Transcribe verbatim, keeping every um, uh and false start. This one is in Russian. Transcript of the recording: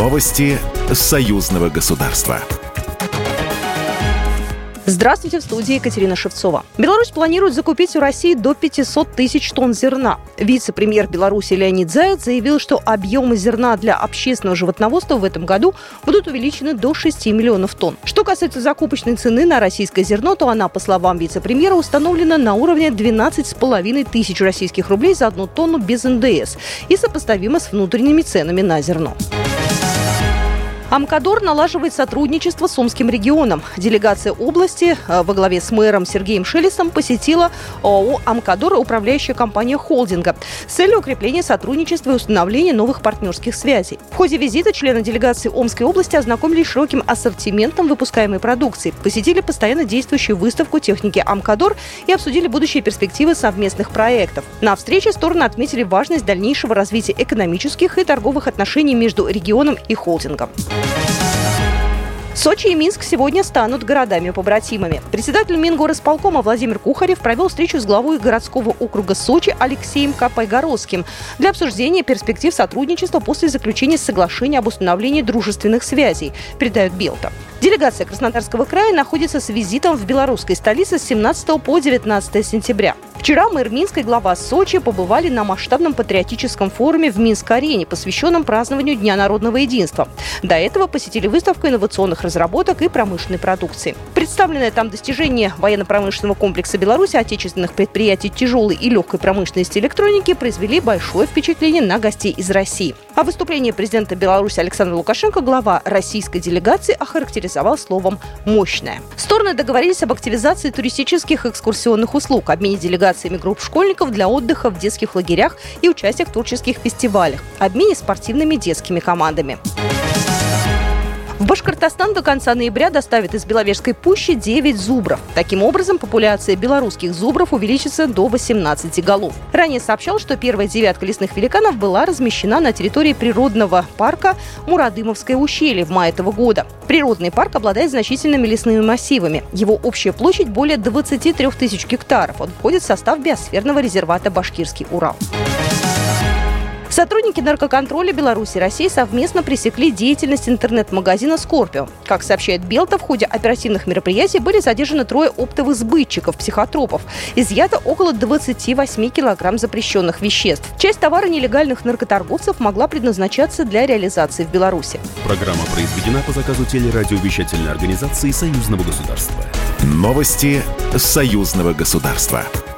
Новости союзного государства. Здравствуйте, в студии Екатерина Шевцова. Беларусь планирует закупить у России до пятьсот тысяч тонн зерна. Вице-премьер Беларуси Леонид Заяц заявил, что объемы зерна для общественного животноводства в этом году будут увеличены до шести миллионов тонн. Что касается закупочной цены на российское зерно, то она, по словам вице-премьера, установлена на уровне двенадцать с половиной тысяч российских рублей за одну тонну без эн дэ эс и сопоставима с внутренними ценами на зерно. Амкадор налаживает сотрудничество с Омским регионом. Делегация области во главе с мэром Сергеем Шелестом посетила ОАО «Амкадор» и управляющая компания холдинга с целью укрепления сотрудничества и установления новых партнерских связей. В ходе визита члены делегации Омской области ознакомились с широким ассортиментом выпускаемой продукции, посетили постоянно действующую выставку техники «Амкадор» и обсудили будущие перспективы совместных проектов. На встрече стороны отметили важность дальнейшего развития экономических и торговых отношений между регионом и холдингом. Сочи и Минск сегодня станут городами-побратимами. Председатель Мингорисполкома Владимир Кухарев провел встречу с главой городского округа Сочи Алексеем Капайгородским для обсуждения перспектив сотрудничества после заключения соглашения об установлении дружественных связей, передает Белта. Делегация Краснодарского края находится с визитом в белорусской столице с семнадцатого по девятнадцатое сентября. Вчера мэр Минска и глава Сочи побывали на масштабном патриотическом форуме в Минск-арене, посвященном празднованию Дня народного единства. До этого посетили выставку инновационных разработок и промышленной продукции. Представленное там достижение военно-промышленного комплекса Беларуси, отечественных предприятий тяжелой и легкой промышленности и электроники произвели большое впечатление на гостей из России. А выступление президента Беларуси Александра Лукашенко глава российской делегации охарактеризовал словом «мощное». Стороны договорились об активизации туристических экскурсионных услуг, обмене делегациями групп школьников для отдыха в детских лагерях и участия в творческих фестивалях, обмене спортивными детскими командами. В Башкортостан до конца ноября доставят из Беловежской пущи девять зубров. Таким образом, популяция белорусских зубров увеличится до восемнадцати голов. Ранее сообщал, что первая девятка лесных великанов была размещена на территории природного парка Мурадымовское ущелье в мае этого года. Природный парк обладает значительными лесными массивами. Его общая площадь более двадцати трёх тысяч гектаров. Он входит в состав биосферного резервата Башкирский Урал. Сотрудники наркоконтроля Беларуси и России совместно пресекли деятельность интернет-магазина «Скорпио». Как сообщает Белта, в ходе оперативных мероприятий были задержаны трое оптовых сбытчиков психотропов. Изъято около двадцати восьми килограмм запрещенных веществ. Часть товара нелегальных наркоторговцев могла предназначаться для реализации в Беларуси. Программа произведена по заказу телерадиовещательной организации Союзного государства. Новости союзного государства.